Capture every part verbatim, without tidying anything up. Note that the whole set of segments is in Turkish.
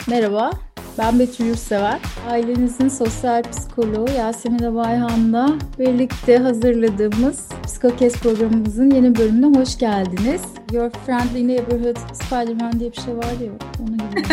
Merhaba, ben Betül Yurtsever. Ailenizin sosyal psikoloğu Yasemin Bayhan'la birlikte hazırladığımız Psikokes programımızın yeni bölümüne hoş geldiniz. Your Friendly Neighborhood Spider-Man diye bir şey var ya, onun gibi.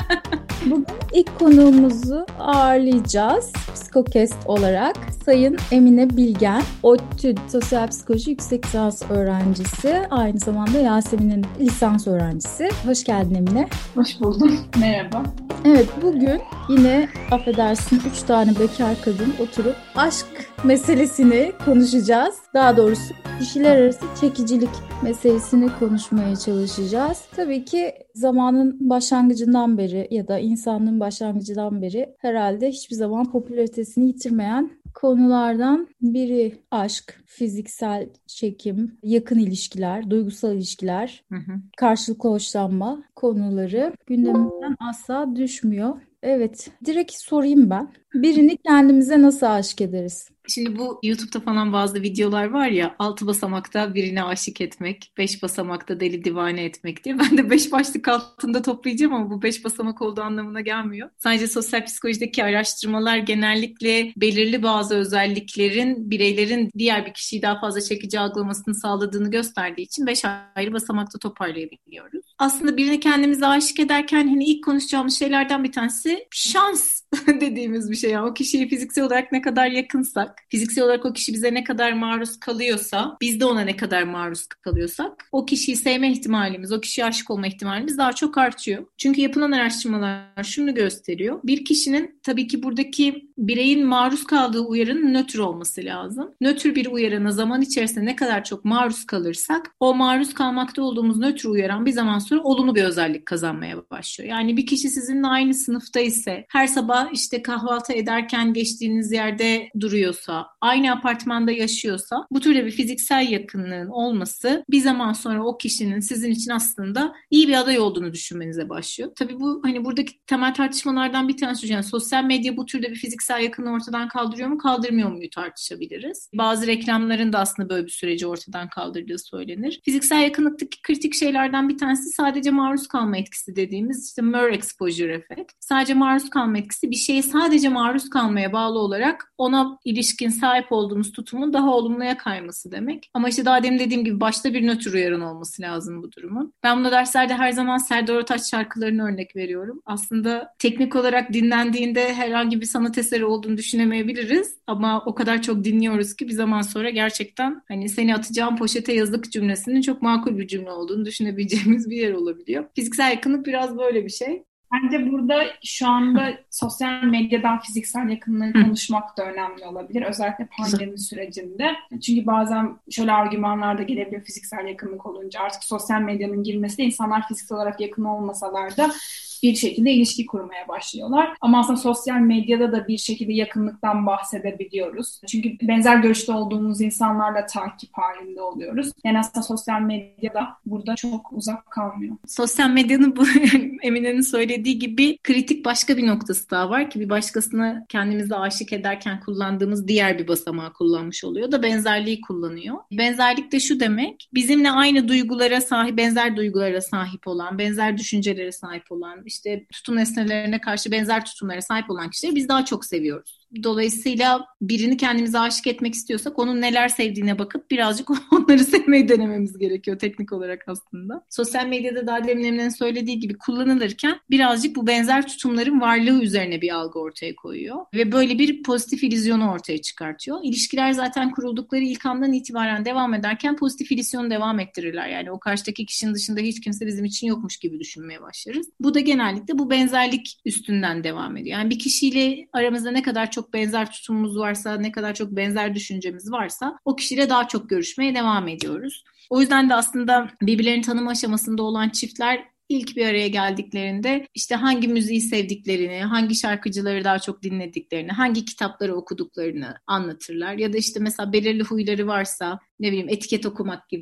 Bugün ilk konuğumuzu ağırlayacağız. Psikokest olarak Sayın Emine Bilgen, ODTÜ Sosyal Psikoloji Yüksek Lisans öğrencisi. Aynı zamanda Yasemin'in lisans öğrencisi. Hoş geldin Emine. Hoş buldum. Merhaba. Evet, bugün yine affedersin üç tane bekar kadın oturup aşk meselesini konuşacağız. Daha doğrusu kişiler arası çekicilik meselesini konuşmaya çalışacağız. Tabii ki zamanın başlangıcından beri ya da insanlığın başlangıcından beri herhalde hiçbir zaman popülaritesini yitirmeyen konulardan biri aşk, fiziksel çekim, yakın ilişkiler, duygusal ilişkiler, hı hı. karşılıklı hoşlanma konuları gündemimizden asla düşmüyor. Evet, direkt sorayım ben. Birini kendimize nasıl aşık ederiz? Şimdi bu YouTube'da falan bazı videolar var ya, altı basamakta birine aşık etmek, beş basamakta deli divane etmek diye. Ben de beş başlık altında toplayacağım ama bu beş basamak olduğu anlamına gelmiyor. Sadece sosyal psikolojideki araştırmalar genellikle belirli bazı özelliklerin bireylerin diğer bir kişiyi daha fazla çekici algılamasını sağladığını gösterdiği için beş ayrı basamakta toparlayabiliyoruz. Aslında birini kendimize aşık ederken hani ilk konuşacağımız şeylerden bir tanesi şans dediğimiz bir şey. Yani o kişiyi fiziksel olarak ne kadar yakınsak, fiziksel olarak o kişi bize ne kadar maruz kalıyorsa, biz de ona ne kadar maruz kalıyorsak, o kişiyi sevme ihtimalimiz, o kişiye aşık olma ihtimalimiz daha çok artıyor. Çünkü yapılan araştırmalar şunu gösteriyor. Bir kişinin tabii ki buradaki bireyin maruz kaldığı uyarının nötr olması lazım. Nötr bir uyarana zaman içerisinde ne kadar çok maruz kalırsak, o maruz kalmakta olduğumuz nötr uyaran bir zaman sonra olumlu bir özellik kazanmaya başlıyor. Yani bir kişi sizinle aynı sınıfta ise, her sabah işte kahvaltı ederken geçtiğiniz yerde duruyorsa, aynı apartmanda yaşıyorsa, bu türde bir fiziksel yakınlığın olması bir zaman sonra o kişinin sizin için aslında iyi bir aday olduğunu düşünmenize başlıyor. Tabii bu hani buradaki temel tartışmalardan bir tanesi, yani sosyal medya bu türde bir fiziksel yakınlığı ortadan kaldırıyor mu, kaldırmıyor mu tartışabiliriz. Bazı reklamların da aslında böyle bir süreci ortadan kaldırdığı söylenir. Fiziksel yakınlıktaki kritik şeylerden bir tanesi sadece maruz kalma etkisi dediğimiz işte mere exposure effect. Sadece maruz kalma etkisi bir şeye sadece maruz kalmaya bağlı olarak ona ilişkin sahip olduğumuz tutumun daha olumluya kayması demek. Ama işte daha demin dediğim gibi başta bir nötr uyarın olması lazım bu durumun. Ben bunu derslerde her zaman Serdar Ortaç şarkılarını örnek veriyorum. Aslında teknik olarak dinlendiğinde herhangi bir sanat eseri olduğunu düşünemeyebiliriz. Ama o kadar çok dinliyoruz ki bir zaman sonra gerçekten hani seni atacağım poşete yazık cümlesinin çok makul bir cümle olduğunu düşünebileceğimiz bir yer olabiliyor. Fiziksel yakınlık biraz böyle bir şey. Bence burada şu anda sosyal medyadan fiziksel yakınlığı konuşmak da önemli olabilir. Özellikle pandemi sürecinde. Çünkü bazen şöyle argümanlar da gelebilir fiziksel yakınlık olunca. Artık sosyal medyanın girmesiyle insanlar fiziksel olarak yakın olmasalar da bir şekilde ilişki kurmaya başlıyorlar. Ama aslında sosyal medyada da bir şekilde yakınlıktan bahsedebiliyoruz. Çünkü benzer görüşte olduğumuz insanlarla takip halinde oluyoruz. Yani aslında sosyal medyada burada çok uzak kalmıyor. Sosyal medyanın bu Emine'nin söylediği gibi kritik başka bir noktası daha var ki bir başkasına kendimizi aşık ederken kullandığımız diğer bir basamağı kullanmış oluyor da benzerliği kullanıyor. Benzerlik de şu demek, bizimle aynı duygulara sahip, benzer duygulara sahip olan, benzer düşüncelere sahip olan, işte tutum nesnelerine karşı benzer tutumlara sahip olan kişileri biz daha çok seviyoruz. Dolayısıyla birini kendimize aşık etmek istiyorsak onun neler sevdiğine bakıp birazcık onları sevmeyi denememiz gerekiyor teknik olarak aslında. Sosyal medyada daha demin Emine'nin söylediği gibi kullanılırken birazcık bu benzer tutumların varlığı üzerine bir algı ortaya koyuyor. Ve böyle bir pozitif illüzyonu ortaya çıkartıyor. İlişkiler zaten kuruldukları ilk andan itibaren devam ederken pozitif illüzyonu devam ettirirler. Yani o karşıdaki kişinin dışında hiç kimse bizim için yokmuş gibi düşünmeye başlarız. Bu da genellikle bu benzerlik üstünden devam ediyor. Yani bir kişiyle aramızda ne kadar çok çok benzer tutumumuz varsa, ne kadar çok benzer düşüncemiz varsa o kişiyle daha çok görüşmeye devam ediyoruz. O yüzden de aslında birbirlerini tanıma aşamasında olan çiftler ilk bir araya geldiklerinde işte hangi müziği sevdiklerini, hangi şarkıcıları daha çok dinlediklerini, hangi kitapları okuduklarını anlatırlar. Ya da işte mesela belirli huyları varsa, ne bileyim etiket okumak gibi,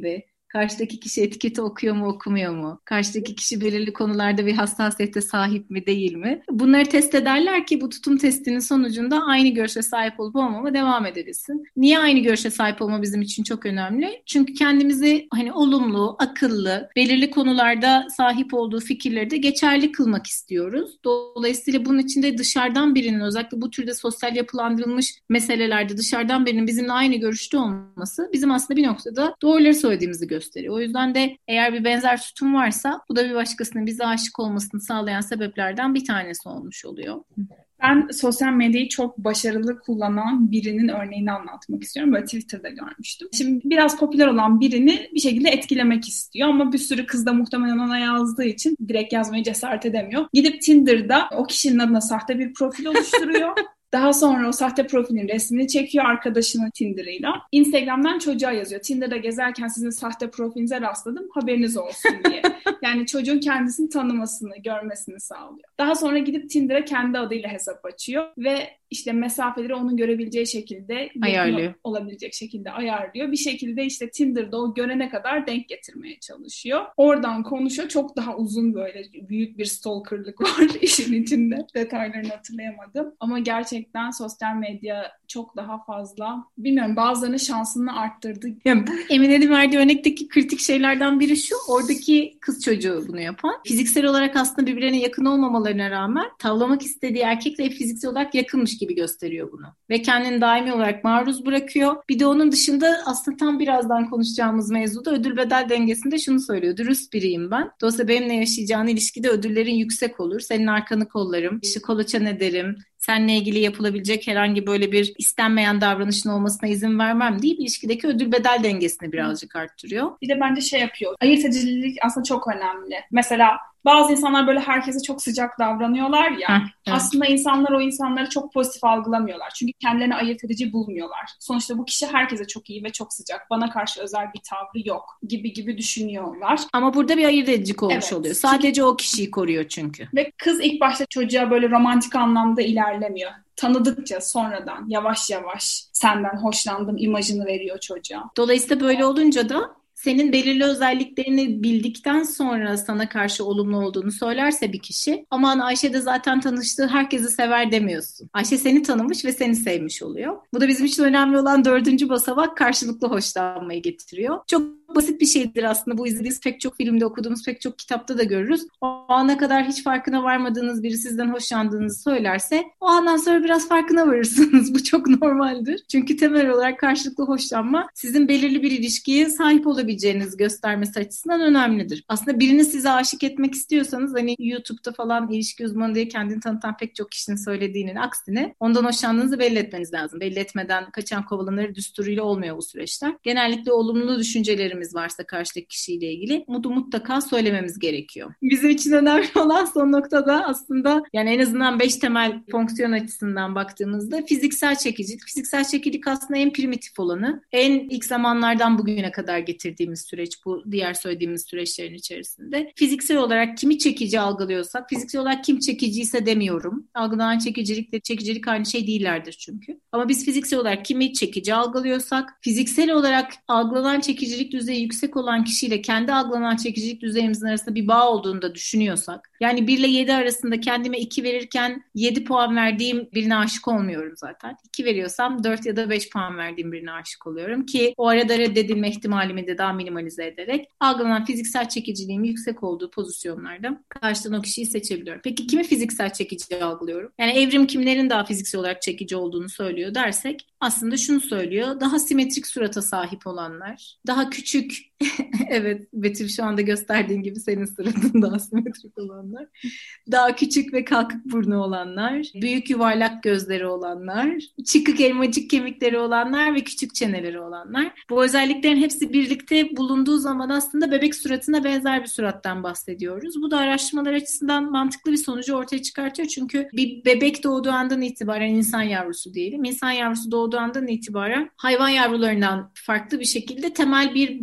Karşıdaki kişi etiketi okuyor mu, okumuyor mu? Karşıdaki kişi belirli konularda bir hassasiyete sahip mi, değil mi? Bunları test ederler ki bu tutum testinin sonucunda aynı görüşe sahip olup olmama devam edebilsin. Niye aynı görüşe sahip olma bizim için çok önemli? Çünkü kendimizi hani olumlu, akıllı, belirli konularda sahip olduğu fikirleri de geçerli kılmak istiyoruz. Dolayısıyla bunun için de dışarıdan birinin, özellikle bu türde sosyal yapılandırılmış meselelerde dışarıdan birinin bizimle aynı görüşte olması bizim aslında bir noktada doğruları söylediğimizi gösteriyor. O yüzden de eğer bir benzer tutum varsa bu da bir başkasının bize aşık olmasını sağlayan sebeplerden bir tanesi olmuş oluyor. Ben sosyal medyayı çok başarılı kullanan birinin örneğini anlatmak istiyorum. Böyle Twitter'da görmüştüm. Şimdi biraz popüler olan birini bir şekilde etkilemek istiyor ama bir sürü kız da muhtemelen ona yazdığı için direkt yazmaya cesaret edemiyor. Gidip Tinder'da o kişinin adına sahte bir profil oluşturuyor. Daha sonra o sahte profilin resmini çekiyor arkadaşının Tinder'ıyla. Instagram'dan çocuğa yazıyor. Tinder'da gezerken sizin sahte profilinize rastladım, haberiniz olsun diye. Yani çocuğun kendisini tanımasını, görmesini sağlıyor. Daha sonra gidip Tinder'a kendi adıyla hesap açıyor ve işte mesafeleri onun görebileceği şekilde, ayarlıyor, olabilecek şekilde ayarlıyor. Bir şekilde işte Tinder'da o görene kadar denk getirmeye çalışıyor. Oradan konuşuyor. Çok daha uzun, böyle büyük bir stalkerlık var işin içinde. Detaylarını hatırlayamadım. Ama gerçekten sosyal medya çok daha fazla, bilmiyorum, bazılarının şansını arttırdı. Yani Emine'nin verdiği örnekteki kritik şeylerden biri şu: oradaki kız çocuğu bunu yapan, fiziksel olarak aslında birbirlerine yakın olmamalarına rağmen tavlamak istediği erkekle fiziksel olarak yakınmış gibi gösteriyor bunu. Ve kendini daimi olarak maruz bırakıyor. Bir de onun dışında aslında tam birazdan konuşacağımız mevzuda ödül bedel dengesinde şunu söylüyor: dürüst biriyim ben. Dolayısıyla benimle yaşayacağın ilişkide ödüllerin yüksek olur. Senin arkanı kollarım, işte kolaçan ederim. Seninle ilgili yapılabilecek herhangi böyle bir istenmeyen davranışın olmasına izin vermem deyip ilişkideki ödül bedel dengesini birazcık arttırıyor. Bir de bence şey yapıyor. Ayırt edicilik aslında çok önemli. Mesela bazı insanlar böyle herkese çok sıcak davranıyorlar ya. Heh, evet. Aslında insanlar o insanları çok pozitif algılamıyorlar. Çünkü kendilerini ayırt edici bulmuyorlar. Sonuçta bu kişi herkese çok iyi ve çok sıcak. Bana karşı özel bir tavrı yok gibi gibi düşünüyorlar. Ama burada bir ayırt edici olmuş evet. oluyor. Sadece çünkü o kişiyi koruyor çünkü. Ve kız ilk başta çocuğa böyle romantik anlamda ilerlemiyor. Tanıdıkça sonradan yavaş yavaş senden hoşlandım imajını veriyor çocuğa. Dolayısıyla böyle olunca da senin belirli özelliklerini bildikten sonra sana karşı olumlu olduğunu söylerse bir kişi, aman Ayşe de zaten tanıştığı herkesi sever demiyorsun. Ayşe seni tanımış ve seni sevmiş oluyor. Bu da bizim için önemli olan dördüncü basamak, karşılıklı hoşlanmayı getiriyor. Çok basit bir şeydir aslında. Bu izlediğiniz pek çok filmde, okuduğumuz pek çok kitapta da görürüz. O ana kadar hiç farkına varmadığınız biri sizden hoşlandığınızı söylerse o andan sonra biraz farkına varırsınız. Bu çok normaldir. Çünkü temel olarak karşılıklı hoşlanma sizin belirli bir ilişkiye sahip olabileceğinizi göstermesi açısından önemlidir. Aslında birini size aşık etmek istiyorsanız, hani YouTube'da falan ilişki uzmanı diye kendini tanıtan pek çok kişinin söylediğinin aksine, ondan hoşlandığınızı belli etmeniz lazım. Belli etmeden kaçan kovalanır düsturuyla olmuyor bu süreçler. Genellikle olumlu düşüncelerimiz varsa karşıdaki kişiyle ilgili bunu mutlaka söylememiz gerekiyor. Bizim için önemli olan son noktada aslında, yani en azından beş temel fonksiyon açısından baktığımızda fiziksel çekicilik. Fiziksel çekicilik aslında en primitif olanı. En ilk zamanlardan bugüne kadar getirdiğimiz süreç, bu diğer söylediğimiz süreçlerin içerisinde. Fiziksel olarak kimi çekici algılıyorsak, fiziksel olarak kim çekiciyse demiyorum. Algılanan çekicilikle çekicilik aynı şey değillerdir çünkü. Ama biz fiziksel olarak kimi çekici algılıyorsak, fiziksel olarak algılanan çekicilik düzeyi yüksek olan kişiyle kendi algılanan çekicilik düzeyimizin arasında bir bağ olduğunu da düşünüyorsak, yani bir ile yedi arasında kendime iki verirken yedi puan verdiğim birine aşık olmuyorum zaten. iki veriyorsam dört ya da beş puan verdiğim birine aşık oluyorum ki o arada reddedilme ihtimalimi de daha minimalize ederek algılanan fiziksel çekiciliğim yüksek olduğu pozisyonlarda karşıdan o kişiyi seçebiliyorum. Peki kimi fiziksel çekici algılıyorum? Yani evrim kimlerin daha fiziksel olarak çekici olduğunu söylüyor dersek, aslında şunu söylüyor: daha simetrik surata sahip olanlar, daha küçük, evet Betül şu anda gösterdiğin gibi senin suratın daha simetrik olanlar, daha küçük ve kalkık burnu olanlar, büyük yuvarlak gözleri olanlar, çıkık elmacık kemikleri olanlar ve küçük çeneleri olanlar. Bu özelliklerin hepsi birlikte bulunduğu zaman aslında bebek suratına benzer bir surattan bahsediyoruz. Bu da araştırmalar açısından mantıklı bir sonucu ortaya çıkartıyor. Çünkü bir bebek doğduğu andan itibaren, insan yavrusu diyelim, insan yavrusu doğduğu andan itibaren hayvan yavrularından farklı bir şekilde temel bir bakıma ihtiyacı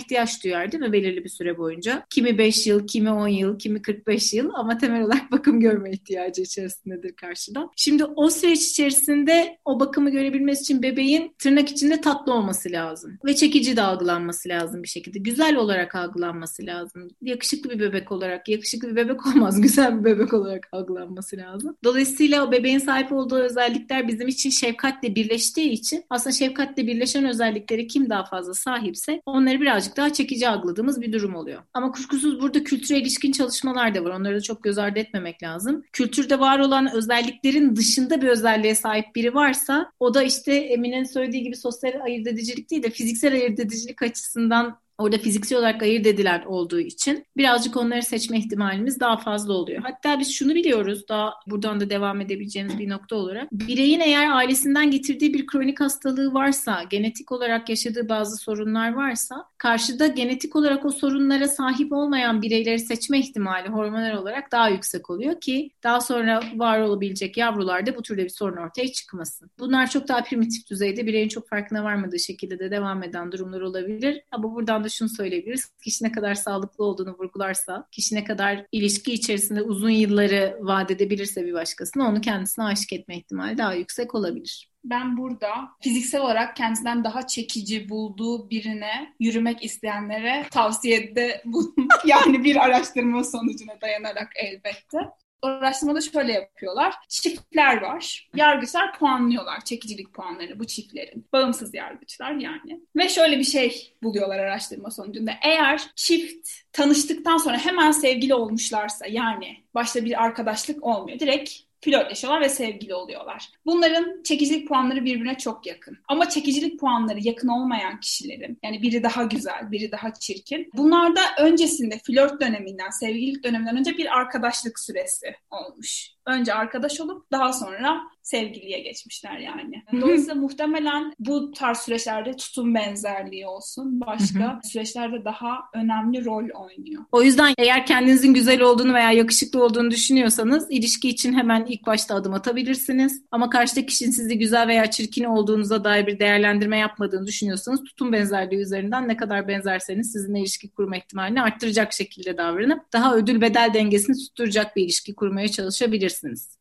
ihtiyaç duyar değil mi belirli bir süre boyunca? Kimi beş yıl, kimi on yıl, kimi kırk beş yıl ama temel olarak bakım görme ihtiyacı içerisindedir karşıdan. Şimdi o süreç içerisinde o bakımı görebilmesi için bebeğin tırnak içinde tatlı olması lazım. Ve çekici de algılanması lazım bir şekilde. Güzel olarak algılanması lazım. Yakışıklı bir bebek olarak, yakışıklı bir bebek olmaz, güzel bir bebek olarak algılanması lazım. Dolayısıyla o bebeğin sahip olduğu özellikler bizim için şefkatle birleştiği için aslında şefkatle birleşen özellikleri kim daha fazla sahipse onları birazcık daha çekici algıladığımız bir durum oluyor. Ama kuşkusuz burada kültüre ilişkin çalışmalar da var. Onları da çok göz ardı etmemek lazım. Kültürde var olan özelliklerin dışında bir özelliğe sahip biri varsa o da işte Emine'nin söylediği gibi sosyal ayırt edicilik değil de fiziksel ayırt edicilik açısından orada fiziksel olarak ayırt edilen olduğu için birazcık onları seçme ihtimalimiz daha fazla oluyor. Hatta biz şunu biliyoruz, daha buradan da devam edebileceğimiz bir nokta olarak. Bireyin eğer ailesinden getirdiği bir kronik hastalığı varsa, genetik olarak yaşadığı bazı sorunlar varsa, karşıda genetik olarak o sorunlara sahip olmayan bireyleri seçme ihtimali hormonal olarak daha yüksek oluyor ki daha sonra var olabilecek yavrularda bu türde bir sorun ortaya çıkmasın. Bunlar çok daha primitif düzeyde bireyin çok farkına varmadığı şekilde de devam eden durumlar olabilir. Ama buradan da şunu söyleyebiliriz. Kişi ne kadar sağlıklı olduğunu vurgularsa, kişi ne kadar ilişki içerisinde uzun yılları vaat edebilirse bir başkasına onu kendisine aşık etme ihtimali daha yüksek olabilir. Ben burada fiziksel olarak kendisinden daha çekici bulduğu birine yürümek isteyenlere tavsiyede bulunmak yani bir araştırma sonucuna dayanarak elbette. O araştırmada şöyle yapıyorlar. Çiftler var. Yargıçlar puanlıyorlar çekicilik puanları bu çiftlerin. Bağımsız yargıçlar yani. Ve şöyle bir şey buluyorlar araştırma sonucunda. Eğer çift tanıştıktan sonra hemen sevgili olmuşlarsa yani başta bir arkadaşlık olmuyor. Direkt flörtleşiyorlar ve sevgili oluyorlar. Bunların çekicilik puanları birbirine çok yakın. Ama çekicilik puanları yakın olmayan kişilerin, yani biri daha güzel, biri daha çirkin. Bunlarda öncesinde flört döneminden, sevgililik döneminden önce bir arkadaşlık süresi olmuş. Önce arkadaş olup daha sonra sevgiliye geçmişler yani. Dolayısıyla muhtemelen bu tarz süreçlerde tutum benzerliği olsun. Başka hı hı. süreçlerde daha önemli rol oynuyor. O yüzden eğer kendinizin güzel olduğunu veya yakışıklı olduğunu düşünüyorsanız ilişki için hemen ilk başta adım atabilirsiniz. Ama karşıdaki kişinin sizi güzel veya çirkin olduğunuza dair bir değerlendirme yapmadığını düşünüyorsanız tutum benzerliği üzerinden ne kadar benzerseniz sizinle ilişki kurma ihtimalini arttıracak şekilde davranıp daha ödül bedel dengesini tutturacak bir ilişki kurmaya çalışabilirsiniz.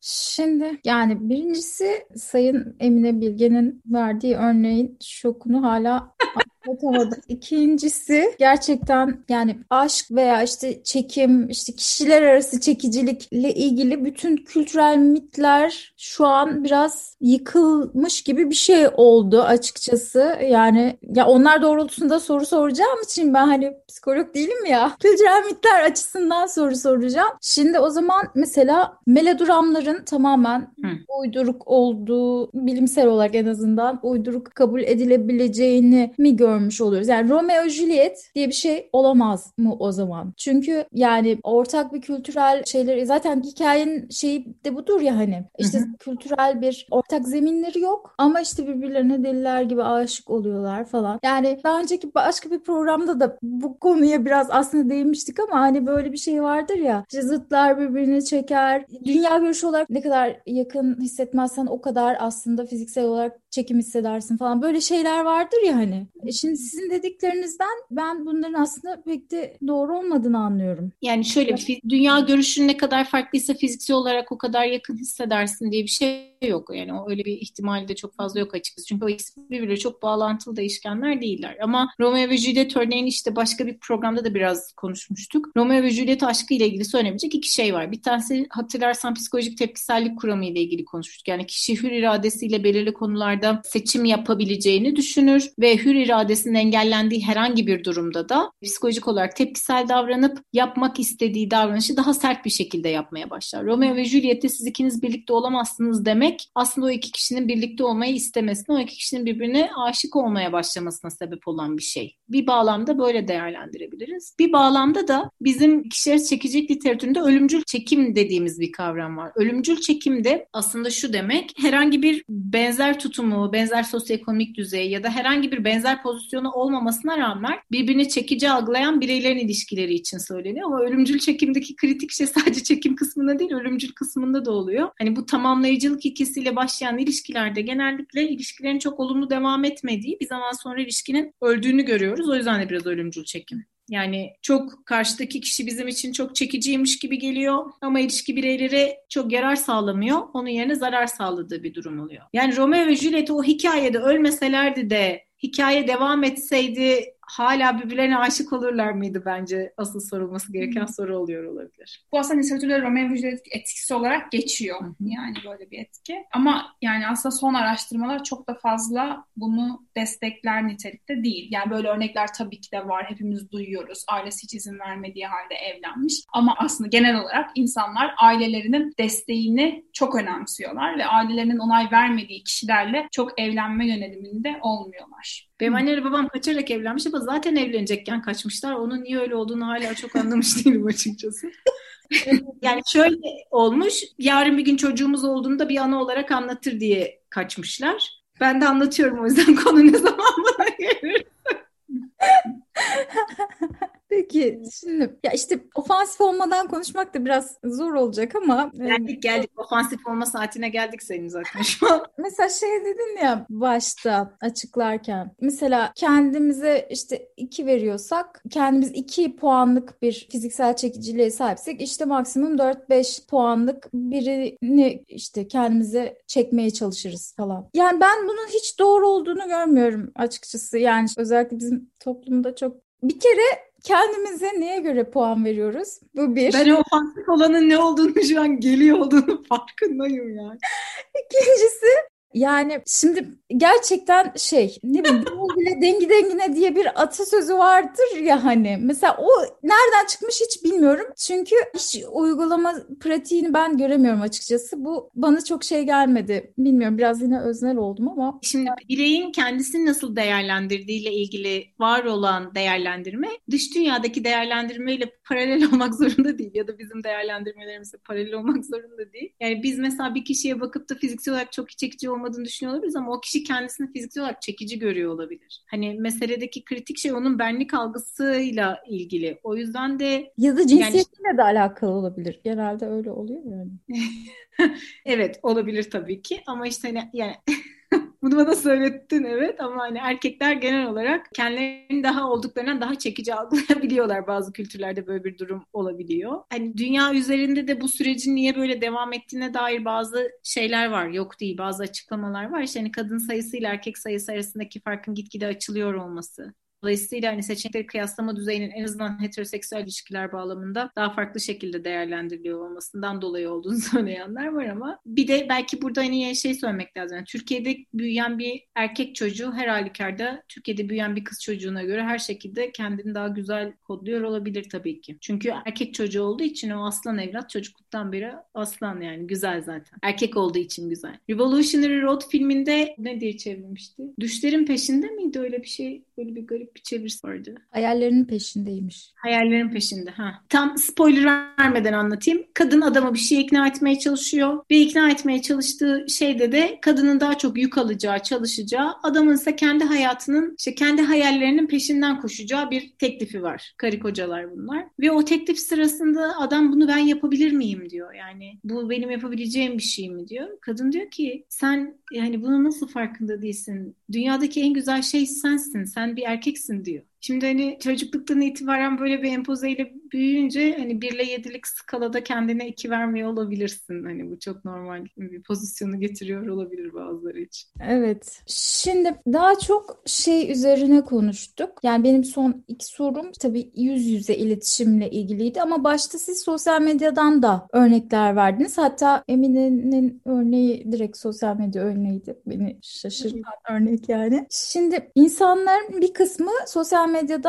Şimdi yani birincisi Sayın Emine Bilge'nin verdiği örneğin şokunu hala anlatamadım. İkincisi gerçekten yani aşk veya işte çekim, işte kişiler arası çekicilikle ilgili bütün kültürel mitler şu an biraz yıkılmış gibi bir şey oldu açıkçası. Yani ya onlar doğrultusunda soru soracağım için ben hani psikolog değilim ya. Kültürel mitler açısından soru soracağım. Şimdi o zaman mesela melodramların tamamen Hı. uyduruk olduğu, bilimsel olarak en azından uyduruk kabul edilebileceğini mi görmüş oluyoruz? Yani Romeo Juliet diye bir şey olamaz mı o zaman? Çünkü yani ortak bir kültürel şeyler, zaten hikayenin şeyi de budur ya hani. İşte hı hı. kültürel bir ortak zeminleri yok ama işte birbirlerine deliler gibi aşık oluyorlar falan. Yani daha önceki başka bir programda da bu konuya biraz aslında değinmiştik ama hani böyle bir şey vardır ya. İşte zıtlar birbirini çeker. Dünya görüşü olarak ne kadar yakın hissetmezsen o kadar aslında fiziksel olarak çekim hissedersin falan. Böyle şeyler vardır ya hani. E şimdi sizin dediklerinizden ben bunların aslında pek de doğru olmadığını anlıyorum. Yani şöyle bir dünya görüşün ne kadar farklıysa fiziksel olarak o kadar yakın hissedersin diye bir şey yok. Yani o öyle bir ihtimali de çok fazla yok açıkçası. Çünkü o ikisi birbiriyle çok bağlantılı değişkenler değiller. Ama Romeo ve Juliet örneğini işte başka bir programda da biraz konuşmuştuk. Romeo ve Juliet aşkı ile ilgili söylenebilecek iki şey var. Bir tanesi hatırlarsan psikolojik tepkisellik kuramı ile ilgili konuşmuştuk. Yani kişi hür iradesiyle belirli konularda seçim yapabileceğini düşünür ve hür iradesinin engellendiği herhangi bir durumda da psikolojik olarak tepkisel davranıp yapmak istediği davranışı daha sert bir şekilde yapmaya başlar. Romeo ve Juliet'te siz ikiniz birlikte olamazsınız demek aslında o iki kişinin birlikte olmayı istemesine, o iki kişinin birbirine aşık olmaya başlamasına sebep olan bir şey. Bir bağlamda böyle değerlendirebiliriz. Bir bağlamda da bizim kişiler çekicilik literatüründe ölümcül çekim dediğimiz bir kavram var. Ölümcül çekim de aslında şu demek, herhangi bir benzer tutumu, benzer sosyoekonomik düzey ya da herhangi bir benzer pozisyon pozisyonu olmamasına rağmen birbirini çekici algılayan bireylerin ilişkileri için söyleniyor. Ama ölümcül çekimdeki kritik şey sadece çekim kısmında değil, ölümcül kısmında da oluyor. Hani bu tamamlayıcılık ikisiyle başlayan ilişkilerde genellikle ilişkilerin çok olumlu devam etmediği, bir zaman sonra ilişkinin öldüğünü görüyoruz. O yüzden de biraz ölümcül çekim. Yani çok karşıdaki kişi bizim için çok çekiciymiş gibi geliyor ama ilişki bireyleri çok yarar sağlamıyor. Onun yerine zarar sağladığı bir durum oluyor. Yani Romeo ve Juliet o hikayede ölmeselerdi de hikaye devam etseydi hala birbirlerine aşık olurlar mıydı bence asıl sorulması gereken soru oluyor olabilir. Bu aslında literatürde Romeo ve Juliet etkisi olarak geçiyor. Yani böyle bir etki. Ama yani aslında son araştırmalar çok da fazla bunu destekler nitelikte değil. Yani böyle örnekler tabii ki de var. Hepimiz duyuyoruz. Ailesi hiç izin vermediği halde evlenmiş. Ama aslında genel olarak insanlar ailelerinin desteğini çok önemsiyorlar ve ailelerinin onay vermediği kişilerle çok evlenme yöneliminde olmuyorlar. Benim annemle babam kaçarak evlenmiş ama zaten evlenecekken kaçmışlar. Onun niye öyle olduğunu hala çok anlamış değilim açıkçası. Yani şöyle olmuş, yarın bir gün çocuğumuz olduğunda bir ana olarak anlatır diye kaçmışlar. Ben de anlatıyorum, o yüzden konu ne zaman bana gelir. Peki şimdi ya işte ofansif olmadan konuşmak da biraz zor olacak ama geldik geldik ofansif olma saatine geldik senin zaten şu an. Mesela şey dedin ya başta açıklarken, mesela kendimize işte iki veriyorsak, kendimiz iki puanlık bir fiziksel çekiciliğe sahipsek işte maksimum dört beş puanlık birini işte kendimize çekmeye çalışırız falan. Yani ben bunun hiç doğru olduğunu görmüyorum açıkçası. Yani özellikle bizim toplumda çok, bir kere kendimize neye göre puan veriyoruz? Bu bir. Ben o ofansif olanın ne olduğunu şu an geliyor olduğunu farkındayım yani. İkincisi, yani şimdi gerçekten şey, ne bileyim, davul bile dengi dengine diye bir atasözü vardır ya hani. Mesela o nereden çıkmış hiç bilmiyorum. Çünkü hiç uygulama pratiğini ben göremiyorum açıkçası. Bu bana çok şey gelmedi. Bilmiyorum, biraz yine öznel oldum ama. Şimdi bireyin kendisini nasıl değerlendirdiğiyle ilgili var olan değerlendirme dış dünyadaki değerlendirmeyle paralel olmak zorunda değil ya da bizim değerlendirmelerimize paralel olmak zorunda değil. Yani biz mesela bir kişiye bakıp da fiziksel olarak çok çekici olmadığını düşünüyor olabiliriz ama o kişi kendisini fiziksel olarak çekici görüyor olabilir. Hani meseledeki kritik şey onun benlik algısıyla ilgili. O yüzden de ya da cinsiyetiyle yani... de alakalı olabilir. Genelde öyle oluyor yani. Evet, olabilir tabii ki ama işte hani yani bunu bana söylettin, evet, ama hani erkekler genel olarak kendilerini daha olduklarından daha çekici algılayabiliyorlar. Bazı kültürlerde böyle bir durum olabiliyor. Hani dünya üzerinde de bu sürecin niye böyle devam ettiğine dair bazı şeyler var. Yok değil, bazı açıklamalar var. İşte hani kadın sayısı ile erkek sayısı arasındaki farkın gitgide açılıyor olması. Dolayısıyla hani seçenekleri kıyaslama düzeyinin en azından heteroseksüel ilişkiler bağlamında daha farklı şekilde değerlendiriliyor olmasından dolayı olduğunu söyleyenler var ama bir de belki burada hani şey söylemek lazım. Yani Türkiye'de büyüyen bir erkek çocuğu her halükarda Türkiye'de büyüyen bir kız çocuğuna göre her şekilde kendini daha güzel kodluyor olabilir tabii ki. Çünkü erkek çocuğu olduğu için o aslan evlat çocukluktan beri aslan, yani güzel zaten. Erkek olduğu için güzel. Revolutionary Road filminde ne diye çevrilmişti? Düşlerin peşinde miydi, öyle bir şey? Böyle bir garip bir çevirisi vardı. Hayallerinin peşindeymiş. Hayallerin peşinde. Ha. Tam spoiler vermeden anlatayım. Kadın adama bir şeye ikna etmeye çalışıyor. Ve ikna etmeye çalıştığı şeyde de kadının daha çok yük alacağı, çalışacağı, adamın ise kendi hayatının, işte kendi hayallerinin peşinden koşacağı bir teklifi var. Karı kocalar bunlar. Ve o teklif sırasında adam bunu ben yapabilir miyim diyor. Yani bu benim yapabileceğim bir şey mi diyor. Kadın diyor ki sen yani bunun nasıl farkında değilsin? Dünyadaki en güzel şey sensin. Sen bir erkeksin diyor. Şimdi hani çocukluktan itibaren böyle bir empozeyle büyüyünce hani bir ile yedilik skalada kendine iki vermiyor olabilirsin. Hani bu çok normal bir pozisyonu getiriyor olabilir bazıları için. Evet. Şimdi daha çok şey üzerine konuştuk. Yani benim son iki sorum tabii yüz yüze iletişimle ilgiliydi ama başta siz sosyal medyadan da örnekler verdiniz. Hatta Emine'nin örneği direkt sosyal medya örneğiydi. Beni şaşırtan örnek yani. Şimdi insanların bir kısmı sosyal medyadan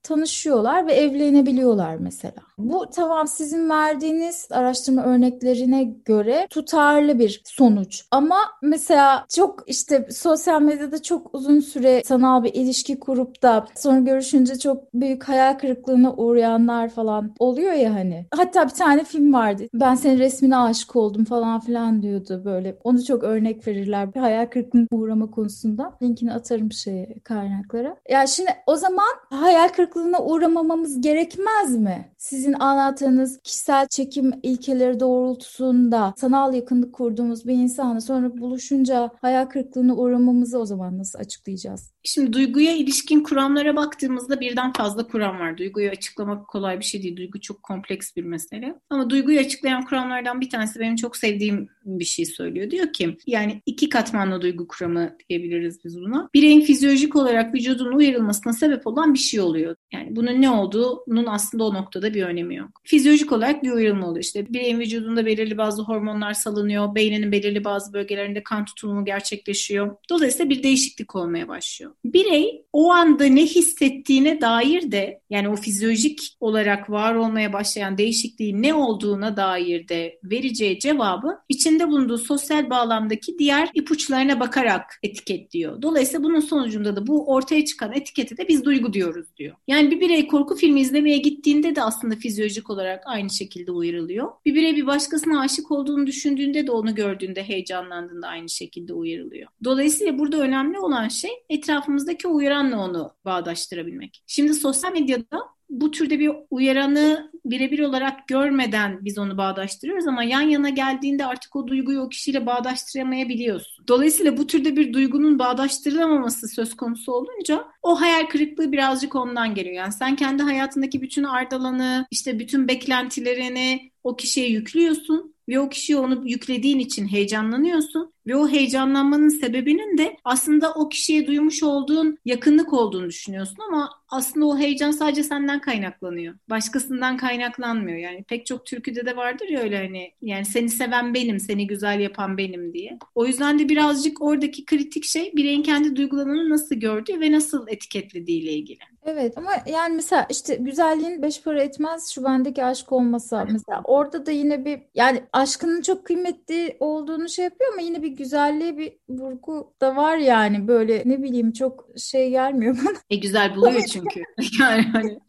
tanışıyorlar ve evlenebiliyorlar mesela. Bu tamam sizin verdiğiniz araştırma örneklerine göre tutarlı bir sonuç. Ama mesela çok işte sosyal medyada çok uzun süre sanal bir ilişki kurup da sonra görüşünce çok büyük hayal kırıklığına uğrayanlar falan oluyor ya hani. Hatta bir tane film vardı. Ben senin resmine aşık oldum falan filan diyordu böyle. Onu çok örnek verirler bir hayal kırıklığına uğrama konusunda. Linkini atarım şeye, kaynaklara. Ya şimdi o zaman hayal kırıklığına uğramamamız gerekmez mi? Sizin anlattığınız kişisel çekim ilkeleri doğrultusunda sanal yakınlık kurduğumuz bir insanla sonra buluşunca hayal kırıklığına uğramamızı o zaman nasıl açıklayacağız? Şimdi duyguya ilişkin kuramlara baktığımızda birden fazla kuram var. Duyguyu açıklamak kolay bir şey değil. Duygu çok kompleks bir mesele. Ama duyguyu açıklayan kuramlardan bir tanesi benim çok sevdiğim bir şey söylüyor. Diyor ki yani iki katmanlı duygu kuramı diyebiliriz biz buna. Bireyin fizyolojik olarak vücudunun uyarılmasına sebep olan bir şey oluyor. Yani bunun ne olduğunun aslında o noktada bir önemi yok. Fizyolojik olarak bir uyarılma oluyor. İşte bireyin vücudunda belirli bazı hormonlar salınıyor. Beyninin belirli bazı bölgelerinde kan tutulumu gerçekleşiyor. Dolayısıyla bir değişiklik olmaya başlıyor. Birey o anda ne hissettiğine dair de yani o fizyolojik olarak var olmaya başlayan değişikliğin ne olduğuna dair de vereceği cevabı içinde bulunduğu sosyal bağlamdaki diğer ipuçlarına bakarak etiketliyor. Dolayısıyla bunun sonucunda da bu ortaya çıkan etikete de biz duygu diyoruz diyor. Yani bir birey korku filmi izlemeye gittiğinde de aslında fizyolojik olarak aynı şekilde uyarılıyor. Bir birey bir başkasına aşık olduğunu düşündüğünde de onu gördüğünde heyecanlandığında aynı şekilde uyarılıyor. Dolayısıyla burada önemli olan şey etrafımızdaki uyaranla onu bağdaştırabilmek. Şimdi sosyal medyada bu türde bir uyaranı birebir olarak görmeden biz onu bağdaştırıyoruz ama yan yana geldiğinde artık o duyguyu o kişiyle bağdaştıramayabiliyorsun. Dolayısıyla bu türde bir duygunun bağdaştırılamaması söz konusu olunca o hayal kırıklığı birazcık ondan geliyor. Yani sen kendi hayatındaki bütün ardalanı, işte bütün beklentilerini o kişiye yüklüyorsun ve o kişiye onu yüklediğin için heyecanlanıyorsun ve o heyecanlanmanın sebebinin de aslında o kişiye duymuş olduğun yakınlık olduğunu düşünüyorsun ama aslında o heyecan sadece senden kaynaklanıyor. Başkasından kaynaklanmıyor. Yani pek çok türküde de vardır ya öyle hani yani seni seven benim, seni güzel yapan benim diye. O yüzden de birazcık oradaki kritik şey bireyin kendi duygularını nasıl gördüğü ve nasıl etiketlediği ile ilgili. Evet ama yani mesela işte güzelliğin beş para etmez şu bendeki aşk olmasa mesela orada da yine bir yani aşkının çok kıymetli olduğunu şey yapıyor ama yine bir güzelliğe bir vurgu da var yani böyle ne bileyim çok şey gelmiyor bana. E güzel buluyor çünkü. yani hani.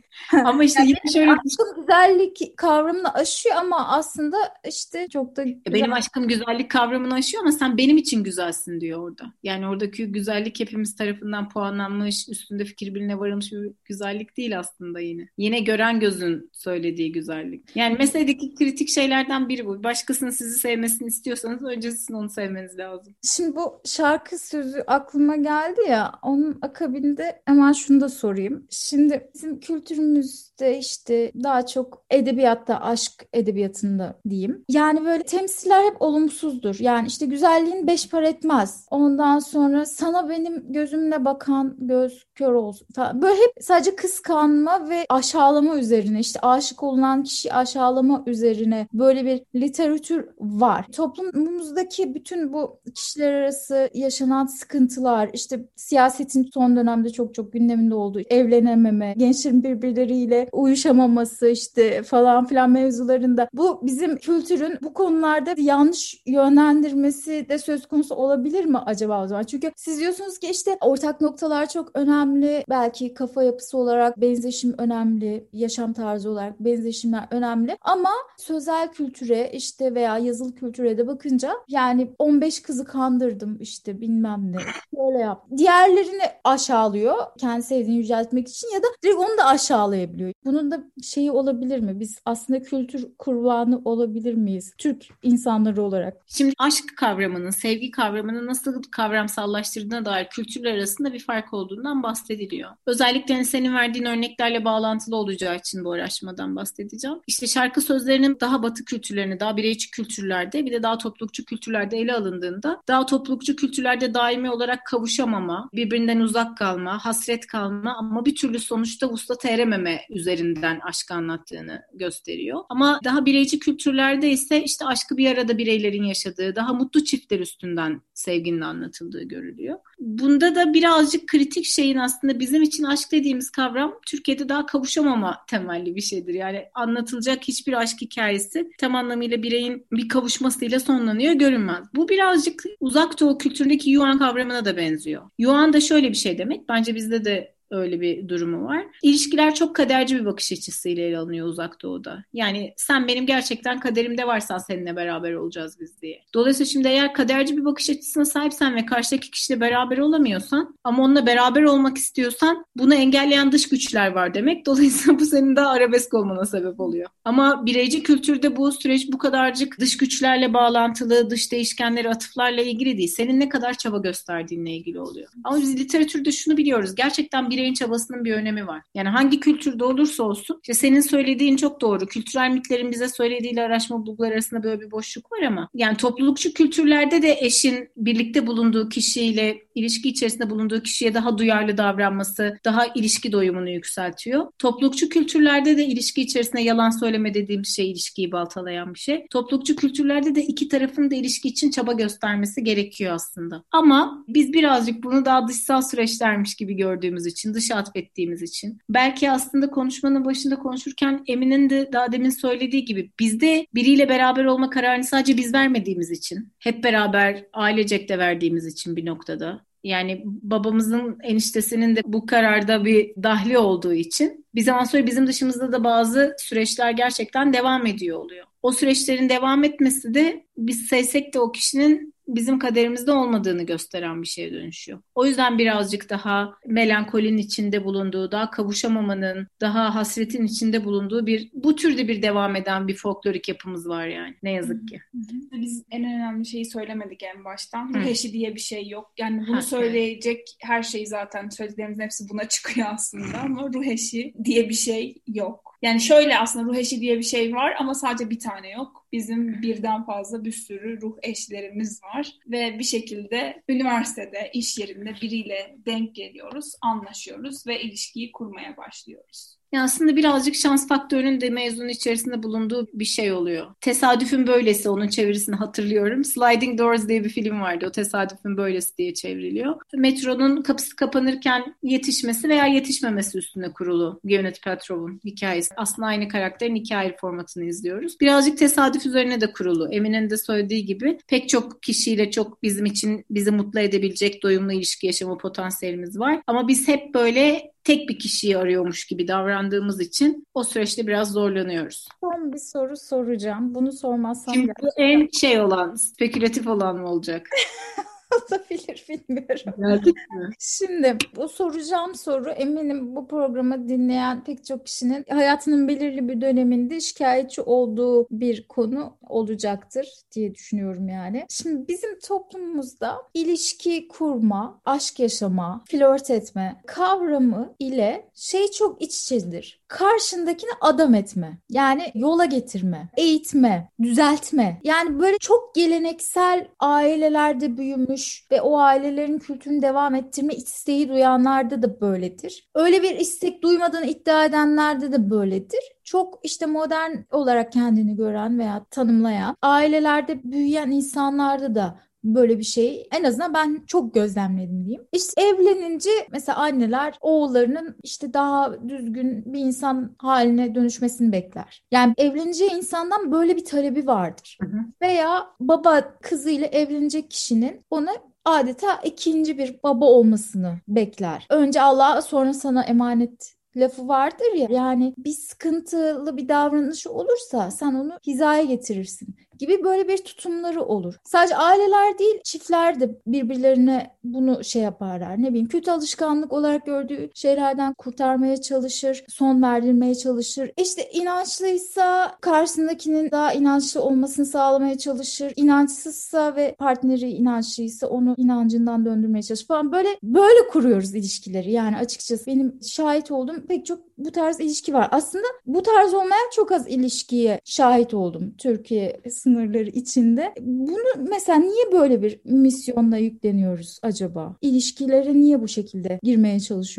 Ama işte yine şöyle aşkın güzellik kavramını aşıyor ama aslında işte çok da güzel. güzel. Benim aşkım güzellik kavramını aşıyor ama sen benim için güzelsin diyor orada. Yani oradaki güzellik hepimiz tarafından puanlanmış, üstünde fikir birliğine varılmış bir güzellik değil aslında yine. Yine gören gözün söylediği güzellik. Yani meseledeki kritik şeylerden biri bu. Başkasının sizi sevmesini istiyorsanız önce sizin onu sevmeniz lazım. Şimdi bu şarkı sözü aklıma geldi ya onun akabinde hemen şunu da sorayım. Şimdi bizim kültürümüzde işte daha çok edebiyatta, aşk edebiyatında diyeyim. Yani böyle temsiller hep olumsuzdur. Yani işte güzelliğin beş para etmez. Ondan sonra sana benim gözümle bakan göz kör olsun falan. Böyle hep sadece kıskanma ve aşağılama üzerine işte aşık olunan kişi aşağılama üzerine böyle bir literatür var. Toplumumuzdaki bütün bu kişiler arası yaşanan sıkıntılar işte siyasetin son dönemde çok çok gündeminde olduğu evlenememe, gençlerin birbirleriyle uyuşamaması işte falan filan mevzularında bu bizim kültürün bu konularda yanlış yönlendirmesi de söz konusu olabilir mi acaba o zaman? Çünkü siz diyorsunuz ki işte ortak noktalar çok önemli. Belki kafa yapısı olarak benzeşim önemli. Yaşam tarzı olarak benzeşimler önemli. Ama sözel kültüre işte veya yazılı kültüre de bakınca yani on beş kızı kandırdım işte bilmem ne. Böyle yap. Diğerlerini aşağılıyor. Kendi sevdiğini yüceltmek için ya da direkt onu da aşağılayabiliyor. Bunun da şeyi olabilir mi? Biz aslında kültür kurbanı olabilir miyiz? Türk insanları olarak. Şimdi aşk kavramının, sevgi kavramının nasıl kavramsallaştırdığına dair kültürler arasında bir fark olduğundan bahsediliyor. Özellikle senin verdiğin örneklerle bağlantılı olacağı için bu araştırmadan bahsedeceğim. İşte şarkı sözlerinin daha batı kültürlerine, daha bireyci kültürlerde bir de daha toplulukçu kültürlerde ele alındığında daha toplulukçu kültürlerde daimi olarak kavuşamama, birbirinden uzak kalma, hasret kalma ama bir türlü sonuçta vuslata erememe üzerinden aşkı anlattığını gösteriyor. Ama daha bireyci kültürlerde ise işte aşkı bir arada bireylerin yaşadığı, daha mutlu çiftler üstünden sevginin anlatıldığı görülüyor. Bunda da birazcık kritik şeyin aslında bizim için için aşk dediğimiz kavram Türkiye'de daha kavuşamama temelli bir şeydir. Yani anlatılacak hiçbir aşk hikayesi tam anlamıyla bireyin bir kavuşmasıyla sonlanıyor görünmez. Bu birazcık Uzak Doğu kültüründeki yuan kavramına da benziyor. Yuan da şöyle bir şey demek. Bence bizde de öyle bir durumu var. İlişkiler çok kaderci bir bakış açısıyla ele alınıyor Uzak Doğu'da. Yani sen benim gerçekten kaderimde varsan seninle beraber olacağız biz diye. Dolayısıyla şimdi eğer kaderci bir bakış açısına sahipsen ve karşıdaki kişiyle beraber olamıyorsan ama onunla beraber olmak istiyorsan bunu engelleyen dış güçler var demek. Dolayısıyla bu senin daha arabesk olmana sebep oluyor. Ama bireyci kültürde bu süreç bu kadarcık dış güçlerle bağlantılı, dış değişkenleri, atıflarla ilgili değil. Senin ne kadar çaba gösterdiğinle ilgili oluyor. Ama biz literatürde şunu biliyoruz. Gerçekten bireyin çabasının bir önemi var. Yani hangi kültürde olursa olsun, işte senin söylediğin çok doğru. Kültürel mitlerin bize söylediğiyle araştırma bulguları arasında böyle bir boşluk var ama yani toplulukçu kültürlerde de eşin birlikte bulunduğu kişiyle, ilişki içerisinde bulunduğu kişiye daha duyarlı davranması, daha ilişki doyumunu yükseltiyor. Toplulukçu kültürlerde de ilişki içerisinde yalan söyleme dediğimiz şey ilişkiyi baltalayan bir şey. Toplulukçu kültürlerde de iki tarafın da ilişki için çaba göstermesi gerekiyor aslında. Ama biz birazcık bunu daha dışsal süreçlermiş gibi gördüğümüz için, dışa atfettiğimiz için. Belki aslında konuşmanın başında konuşurken Emin'in de daha demin söylediği gibi bizde biriyle beraber olma kararını sadece biz vermediğimiz için, hep beraber ailecek de verdiğimiz için bir noktada. Yani babamızın, eniştesinin de bu kararda bir dahli olduğu için bir zaman sonra bizim dışımızda da bazı süreçler gerçekten devam ediyor oluyor. O süreçlerin devam etmesi de biz sevsek de o kişinin bizim kaderimizde olmadığını gösteren bir şeye dönüşüyor. O yüzden birazcık daha melankolinin içinde bulunduğu, daha kavuşamamanın, daha hasretin içinde bulunduğu bir, bu türde bir devam eden bir folklorik yapımız var yani. Ne yazık ki. Biz en önemli şeyi söylemedik en baştan. Ruh eşi diye bir şey yok. Yani bunu Ha, söyleyecek evet. Her şey zaten söylediklerimizin hepsi buna çıkıyor aslında ama ruh eşi diye bir şey yok. Yani şöyle aslında ruh eşi diye bir şey var ama sadece bir tane yok. Bizim birden fazla bir sürü ruh eşlerimiz var ve bir şekilde üniversitede, iş yerinde biriyle denk geliyoruz, anlaşıyoruz ve ilişkiyi kurmaya başlıyoruz. Ya aslında birazcık şans faktörünün de mevzunun içerisinde bulunduğu bir şey oluyor. Tesadüfün böylesi, onun çevirisini hatırlıyorum. Sliding Doors diye bir film vardı. O tesadüfün böylesi diye çevriliyor. Metronun kapısı kapanırken yetişmesi veya yetişmemesi üstüne kurulu Gwyneth Paltrow'un hikayesi. Aslında aynı karakterin iki ayrı formatını izliyoruz. Birazcık tesadüf üzerine de kurulu. Emin'in de söylediği gibi pek çok kişiyle çok bizim için bizi mutlu edebilecek doyumlu ilişki yaşama potansiyelimiz var. Ama biz hep böyle tek bir kişiyi arıyormuş gibi davrandığımız için o süreçte biraz zorlanıyoruz. Son bir soru soracağım. Bunu sormazsam Şimdi gerçekten... bu en şey olan, spekülatif olan mı olacak? Olabilir, bilmiyorum. Geldik mi? Şimdi bu soracağım soru eminim bu programı dinleyen pek çok kişinin hayatının belirli bir döneminde şikayetçi olduğu bir konu olacaktır diye düşünüyorum yani. Şimdi bizim toplumumuzda ilişki kurma, aşk yaşama, flört etme kavramı ile şey çok iç içedir. Karşındakini adam etme, yani yola getirme, eğitme, düzeltme. Yani böyle çok geleneksel ailelerde büyümüş ve o ailelerin kültürünü devam ettirme isteği duyanlarda da böyledir. Öyle bir istek duymadığını iddia edenlerde de böyledir. Çok işte modern olarak kendini gören veya tanımlayan ailelerde büyüyen insanlarda da böyle bir şey en azından ben çok gözlemledim diyeyim. İşte evlenince mesela anneler oğullarının işte daha düzgün bir insan haline dönüşmesini bekler. Yani evleneceği insandan böyle bir talebi vardır. Hı hı. Veya baba kızıyla evlenecek kişinin ona adeta ikinci bir baba olmasını bekler. Önce Allah'a sonra sana emanet lafı vardır ya, yani bir sıkıntılı bir davranışı olursa sen onu hizaya getirirsin gibi böyle bir tutumları olur. Sadece aileler değil, çiftler de birbirlerine bunu şey yaparlar. Ne bileyim, kötü alışkanlık olarak gördüğü şeylerden kurtarmaya çalışır, son verdirmeye çalışır. İşte inançlıysa karşısındakinin daha inançlı olmasını sağlamaya çalışır. İnançsızsa ve partneri inançlıysa onu inancından döndürmeye çalışır falan. Böyle böyle kuruyoruz ilişkileri. Yani açıkçası benim şahit olduğum pek çok bu tarz ilişki var. Aslında bu tarz olmayan çok az ilişkiye şahit oldum Türkiye sınırları içinde. Bunu mesela niye böyle bir misyonla yükleniyoruz acaba? İlişkilere niye bu şekilde girmeye çalışıyoruz?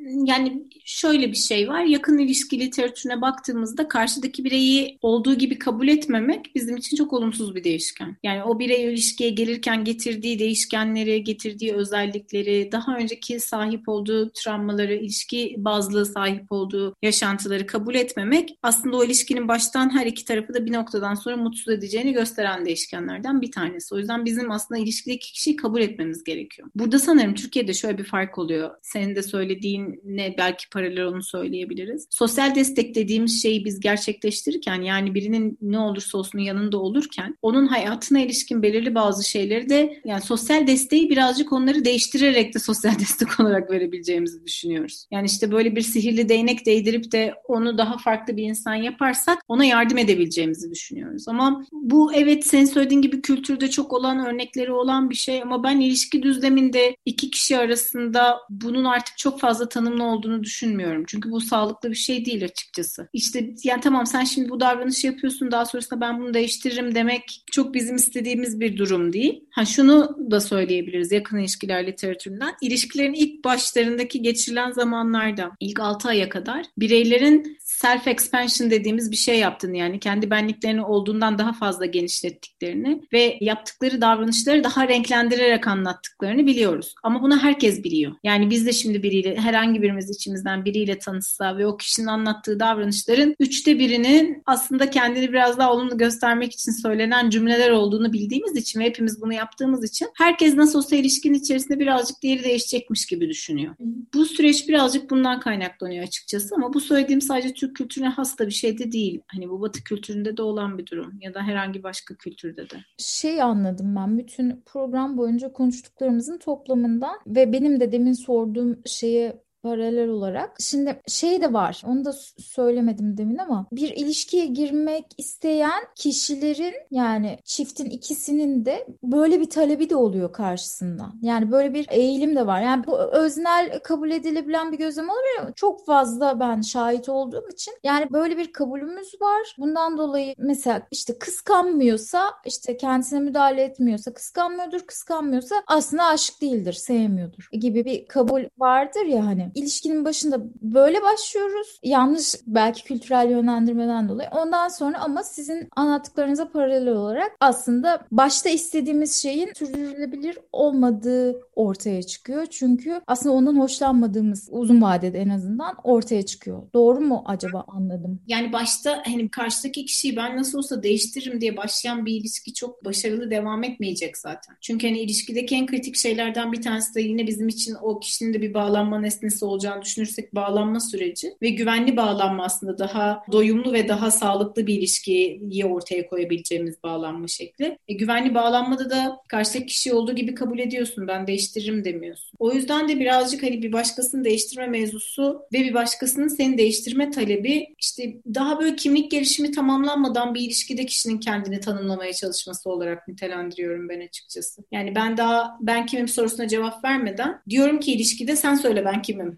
yani şöyle bir şey var. Yakın ilişki literatürüne baktığımızda karşıdaki bireyi olduğu gibi kabul etmemek bizim için çok olumsuz bir değişken. Yani o birey ilişkiye gelirken getirdiği değişkenleri, getirdiği özellikleri, daha önceki sahip olduğu travmaları, ilişki bazlı sahip olduğu yaşantıları kabul etmemek aslında o ilişkinin baştan her iki tarafı da bir noktadan sonra mutsuz edeceğini gösteren değişkenlerden bir tanesi. O yüzden bizim aslında ilişkideki kişiyi kabul etmemiz gerekiyor. Burada sanırım Türkiye'de şöyle bir fark oluyor. Senin de söylediğinle belki paralel onu söyleyebiliriz. Sosyal destek dediğimiz şeyi biz gerçekleştirirken, yani birinin ne olursa olsun yanında olurken onun hayatına ilişkin belirli bazı şeyleri de, yani sosyal desteği birazcık onları değiştirerek de sosyal destek olarak verebileceğimizi düşünüyoruz. Yani işte böyle bir sihirli değnek değdirip de onu daha farklı bir insan yaparsak ona yardım edebileceğimizi düşünüyoruz. Ama bu, evet, senin söylediğin gibi kültürde çok olan, örnekleri olan bir şey ama ben ilişki düzleminde iki kişi arasında bunun artık çok fazla tanımlı olduğunu düşünmüyorum. Çünkü bu sağlıklı bir şey değil açıkçası. İşte yani tamam, sen şimdi bu davranışı yapıyorsun, daha sonrasında ben bunu değiştiririm demek çok bizim istediğimiz bir durum değil. Ha, şunu da söyleyebiliriz yakın ilişkiler literatüründen. İlişkilerin ilk başlarındaki geçirilen zamanlarda, ilk altı aya kadar bireylerin self-expansion dediğimiz bir şey yaptığını, yani kendi benliklerini olduğundan daha fazla genişlettiklerini ve yaptıkları davranışları daha renklendirerek anlattıklarını biliyoruz. Ama bunu herkes biliyor. Yani biz de şimdi biriyle, herhangi birimiz içimizden biriyle tanışsa ve o kişinin anlattığı davranışların üçte birinin aslında kendini biraz daha olumlu göstermek için söylenen cümleler olduğunu bildiğimiz için ve hepimiz bunu yaptığımız için herkes nasıl olsa ilişkinin içerisinde birazcık diğeri değişecekmiş gibi düşünüyor. Bu süreç birazcık bundan kaynaklanıyor açıkçası ama bu söylediğim sadece Türk kültürüne has da bir şey de değil. Hani bu Batı kültüründe de olan bir durum ya da herhangi başka kültürde de. Şey anladım ben bütün program boyunca konuştuklarımızın toplamından ve benim de demin sorduğum şeye paralel olarak. Şimdi şey de var, onu da söylemedim demin ama bir ilişkiye girmek isteyen kişilerin, yani çiftin ikisinin de böyle bir talebi de oluyor karşısında. Yani böyle bir eğilim de var. Yani bu öznel kabul edilebilen bir gözlem olabilir ama çok fazla ben şahit olduğum için yani böyle bir kabulümüz var. Bundan dolayı mesela işte kıskanmıyorsa, işte kendisine müdahale etmiyorsa kıskanmıyordur, kıskanmıyorsa aslında aşk değildir, sevmiyordur gibi bir kabul vardır ya hani. İlişkinin başında böyle başlıyoruz. Yanlış belki kültürel yönlendirmeden dolayı. Ondan sonra ama sizin anlattıklarınıza paralel olarak aslında başta istediğimiz şeyin sürdürülebilir olmadığı ortaya çıkıyor. Çünkü aslında ondan hoşlanmadığımız uzun vadede en azından ortaya çıkıyor. Doğru mu acaba, anladım? Yani başta hani karşıdaki kişiyi ben nasıl olsa değiştiririm diye başlayan bir ilişki çok başarılı devam etmeyecek zaten. Çünkü hani ilişkideki en kritik şeylerden bir tanesi de yine bizim için o kişinin de bir bağlanma nesnesi olacağını düşünürsek bağlanma süreci ve güvenli bağlanma aslında daha doyumlu ve daha sağlıklı bir ilişkiyi ortaya koyabileceğimiz bağlanma şekli. E, güvenli bağlanmada da karşıdaki kişi olduğu gibi kabul ediyorsun. Ben değiştiririm demiyorsun. O yüzden de birazcık hani bir başkasını değiştirme mevzusu ve bir başkasının seni değiştirme talebi işte daha böyle kimlik gelişimi tamamlanmadan bir ilişkide kişinin kendini tanımlamaya çalışması olarak nitelendiriyorum ben açıkçası. Yani ben daha ben kimim sorusuna cevap vermeden diyorum ki ilişkide sen söyle ben kimim.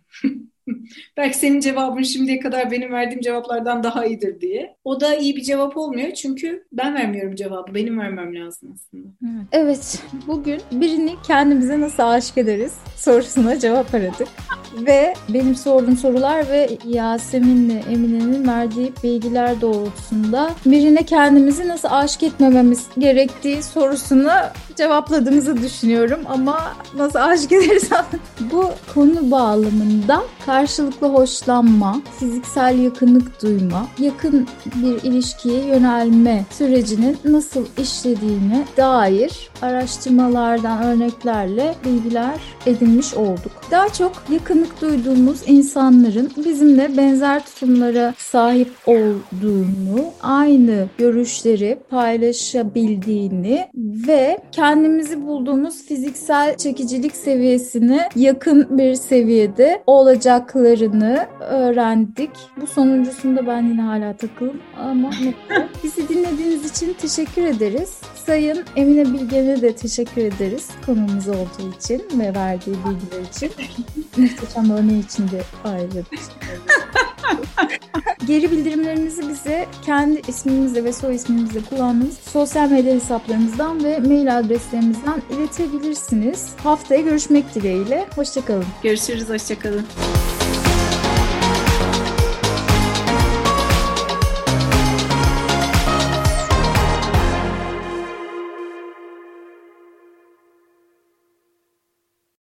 Belki senin cevabın şimdiye kadar benim verdiğim cevaplardan daha iyidir diye. O da iyi bir cevap olmuyor çünkü ben vermiyorum cevabı. Benim vermem lazım aslında. Evet, evet, bugün birini kendimize nasıl aşık ederiz sorusuna cevap aradık. Ve benim sorduğum sorular ve Yasemin'le Emine'nin verdiği bilgiler doğrultusunda birine kendimizi nasıl aşık etmememiz gerektiği sorusuna cevapladığımızı düşünüyorum. Ama nasıl aşık ederiz? Bu konu bağlamında karşılıklı hoşlanma, fiziksel yakınlık duyma, yakın bir ilişkiye yönelme sürecinin nasıl işlediğine dair araştırmalardan örneklerle bilgiler edinmiş olduk. Daha çok yakınlık duyduğumuz insanların bizimle benzer tutumlara sahip olduğunu, aynı görüşleri paylaşabildiğini ve kendimizi bulduğumuz fiziksel çekicilik seviyesine yakın bir seviyede olacaklarını öğrendik. Bu sonuncusunda ben yine hala takılım ama mutlu. Bizi dinlediğiniz için teşekkür ederiz. Sayın Emine Bilgen'e de teşekkür ederiz konumuz olduğu için ve verdiği bilgiler için. Muhteşem örneği için de ayrıca teşekkür ederiz. Geri bildirimlerinizi bize kendi ismimizle ve soy ismimizle kullandığımız sosyal medya hesaplarımızdan ve mail adreslerimizden iletebilirsiniz. Haftaya görüşmek dileğiyle. Hoşçakalın. Görüşürüz, hoşçakalın.